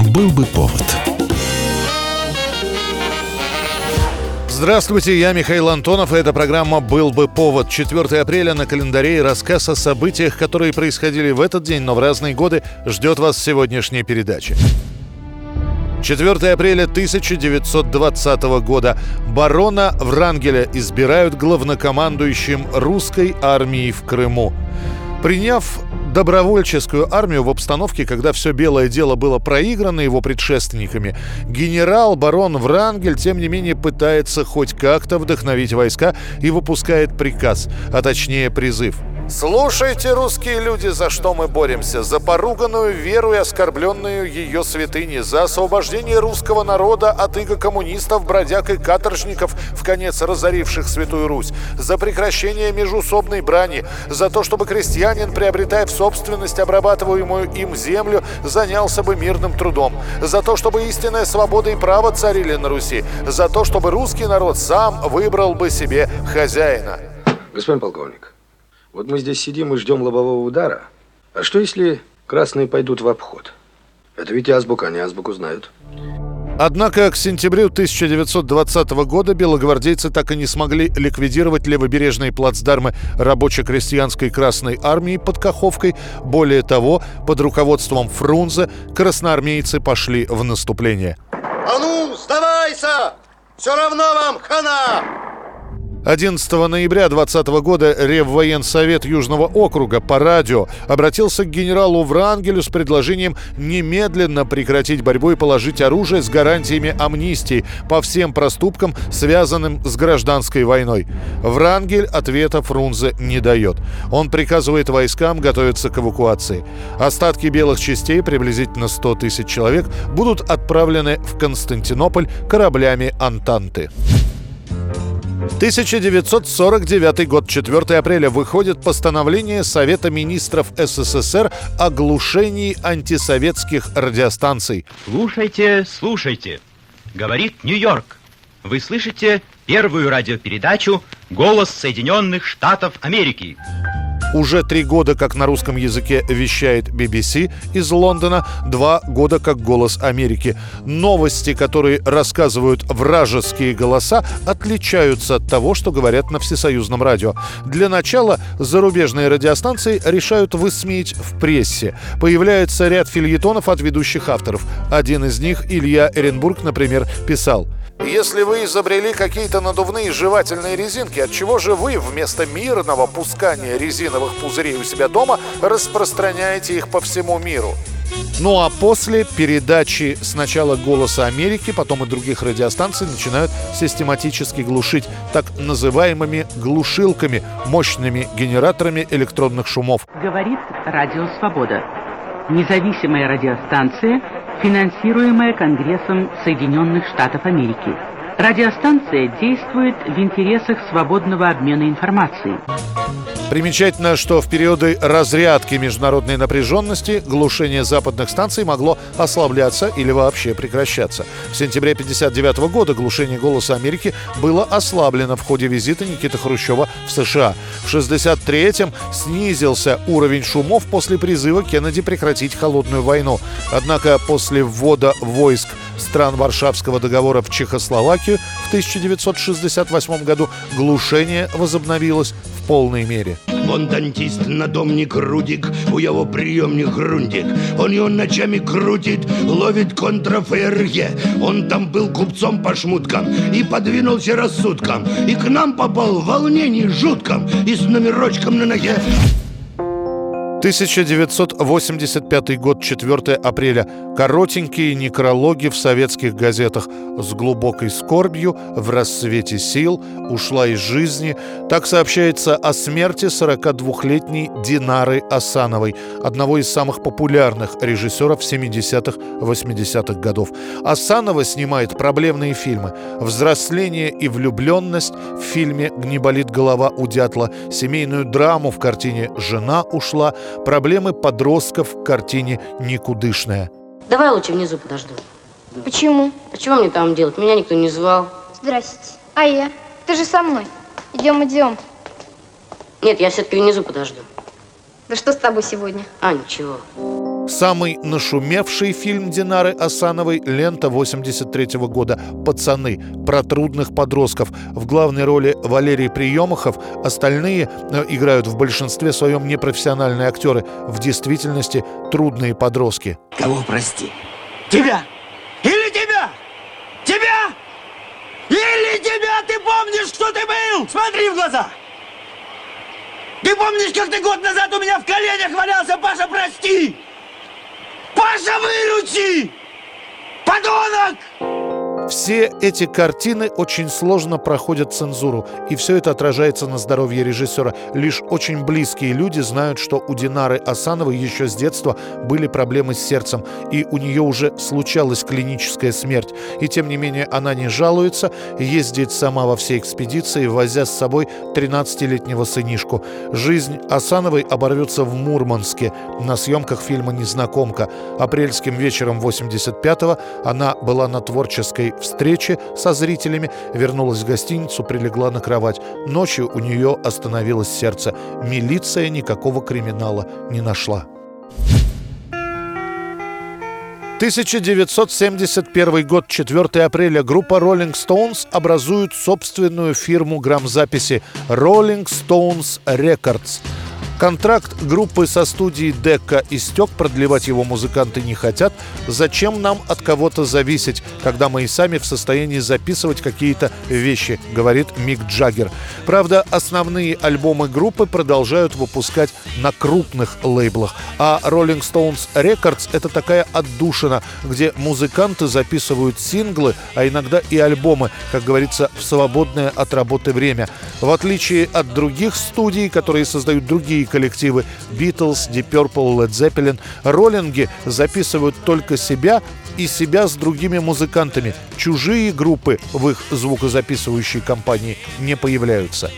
Был бы повод. Здравствуйте, я Михаил Антонов, и эта программа «Был бы повод». 4 апреля на календаре, и рассказ о событиях, которые происходили в этот день, но в разные годы, ждет вас в сегодняшней передаче. 4 апреля 1920 года барона Врангеля избирают главнокомандующим русской армии в Крыму. Приняв добровольческую армию в обстановке, когда все белое дело было проиграно его предшественниками, генерал-барон Врангель, тем не менее, пытается хоть как-то вдохновить войска и выпускает приказ, а точнее призыв. «Слушайте, русские люди, за что мы боремся: за поруганную веру и оскорбленную ее святыни, за освобождение русского народа от иго коммунистов, бродяг и каторжников, вконец разоривших Святую Русь, за прекращение межусобной брани, за то, чтобы крестьянин, приобретая в собственность обрабатываемую им землю, занялся бы мирным трудом, за то, чтобы истинная свобода и право царили на Руси, за то, чтобы русский народ сам выбрал бы себе хозяина». Господин полковник, вот мы здесь сидим и ждем лобового удара. А что, если красные пойдут в обход? Это ведь азбука, они азбуку знают. Однако к сентябрю 1920 года белогвардейцы так и не смогли ликвидировать левобережные плацдармы рабоче-крестьянской Красной армии под Каховкой. Более того, под руководством Фрунзе красноармейцы пошли в наступление. А ну, сдавайся! Все равно вам хана! 11 ноября 2020 года Реввоенсовет Южного округа по радио обратился к генералу Врангелю с предложением немедленно прекратить борьбу и положить оружие с гарантиями амнистии по всем проступкам, связанным с гражданской войной. Врангель ответа Фрунзе не дает. Он приказывает войскам готовиться к эвакуации. Остатки белых частей, приблизительно 100 тысяч человек, будут отправлены в Константинополь кораблями Антанты. 1949 год, 4 апреля, выходит постановление Совета министров СССР о глушении антисоветских радиостанций. Слушайте, слушайте, говорит Нью-Йорк. Вы слышите первую радиопередачу «Голос Соединенных Штатов Америки». Уже 3 года, как на русском языке вещает BBC из Лондона, 2 года, как «Голос Америки». Новости, которые рассказывают вражеские голоса, отличаются от того, что говорят на всесоюзном радио. Для начала зарубежные радиостанции решают высмеять в прессе. Появляется ряд фельетонов от ведущих авторов. Один из них, Илья Эренбург, например, писал: «Если вы изобрели какие-то надувные жевательные резинки, отчего же вы вместо мирного пускания резиновых пузырей у себя дома распространяете их по всему миру?» Ну а после передачи сначала «Голоса Америки», потом и других радиостанций начинают систематически глушить так называемыми глушилками, мощными генераторами электронных шумов. Говорит Радио Свобода. Независимая радиостанция, финансируемая Конгрессом Соединенных Штатов Америки. Радиостанция действует в интересах свободного обмена информацией. Примечательно, что в периоды разрядки международной напряженности глушение западных станций могло ослабляться или вообще прекращаться. В сентябре 1959 года глушение «Голоса Америки» было ослаблено в ходе визита Никиты Хрущева в США. В 1963-м снизился уровень шумов после призыва Кеннеди прекратить холодную войну. Однако после ввода войск стран Варшавского договора в Чехословакию в 1968 году глушение возобновилось в полной мере. Он дантист, надомник Рудик, у его приемник Грундик. Он его ночами крутит, ловит контраферье. Он там был купцом по шмуткам и подвинулся рассудком. И к нам попал в волнении жутком и с номерочком на ноге. 1985 год, 4 апреля. Коротенькие некрологи в советских газетах. С глубокой скорбью, в рассвете сил, ушла из жизни. Так сообщается о смерти 42-летней Динары Асановой, одного из самых популярных режиссеров 70-х, 80-х годов. Асанова снимает проблемные фильмы: «Взросление и влюбленность» в фильме «Не болит голова у дятла», семейную драму в картине «Жена ушла», проблемы подростков в картине «Никудышная». Давай лучше внизу подожду. Почему? А чего мне там делать? Меня никто не звал. Здрасте. А я? Ты же со мной. Идем, идем. Нет, я все-таки внизу подожду. Да что с тобой сегодня? А, ничего. Самый нашумевший фильм Динары Асановой — лента 83-го года «Пацаны» про трудных подростков. В главной роли Валерий Приемахов, остальные играют в большинстве своем непрофессиональные актеры, в действительности трудные подростки. Кого прости? Тебя? Или тебя? Тебя? Или тебя? Ты помнишь, что ты был? Смотри в глаза! Ты помнишь, как ты год назад у меня в коленях валялся? Паша, прости! Паша, выручи! Подонок! Все эти картины очень сложно проходят цензуру, и все это отражается на здоровье режиссера. Лишь очень близкие люди знают, что у Динары Асановой еще с детства были проблемы с сердцем, и у нее уже случалась клиническая смерть. И тем не менее она не жалуется, ездит сама во все экспедиции, возя с собой 13-летнего сынишку. Жизнь Асановой оборвется в Мурманске на съемках фильма «Незнакомка». Апрельским вечером 85-го она была на творческой встрече со зрителями, вернулась в гостиницу, прилегла на кровать. Ночью у нее остановилось сердце. Милиция никакого криминала не нашла. 1971 год, 4 апреля. Группа Rolling Stones образует собственную фирму грамзаписи Rolling Stones Records. Контракт группы со студией Decca истек, продлевать его музыканты не хотят. Зачем нам от кого-то зависеть, когда мы и сами в состоянии записывать какие-то вещи, говорит Мик Джаггер. Правда, основные альбомы группы продолжают выпускать на крупных лейблах. А Rolling Stones Records — это такая отдушина, где музыканты записывают синглы, а иногда и альбомы, как говорится, в свободное от работы время. В отличие от других студий, которые создают другие коллективы Beatles, Deep Purple, Led Zeppelin, роллинги записывают только себя и себя с другими музыкантами. Чужие группы в их звукозаписывающей компании не появляются.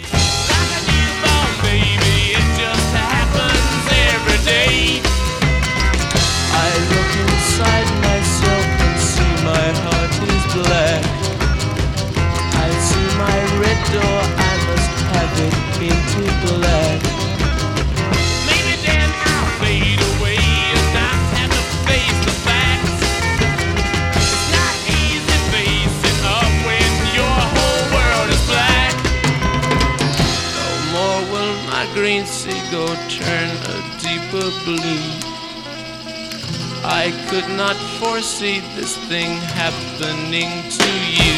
Green seagull turn a deeper blue. I could not foresee this thing happening to you.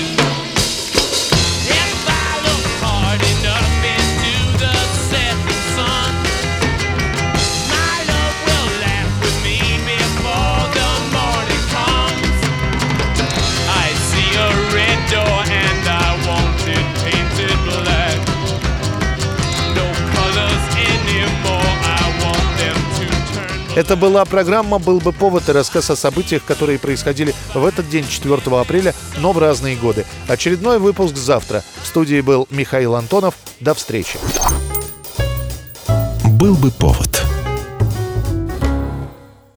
If I look hard enough into the setting sun, my love will laugh with me before the morning comes. I see a red door and I want it painted black. Это была программа «Был бы повод» и рассказ о событиях, которые происходили в этот день, 4 апреля, но в разные годы. Очередной выпуск завтра. В студии был Михаил Антонов. До встречи. «Был бы повод».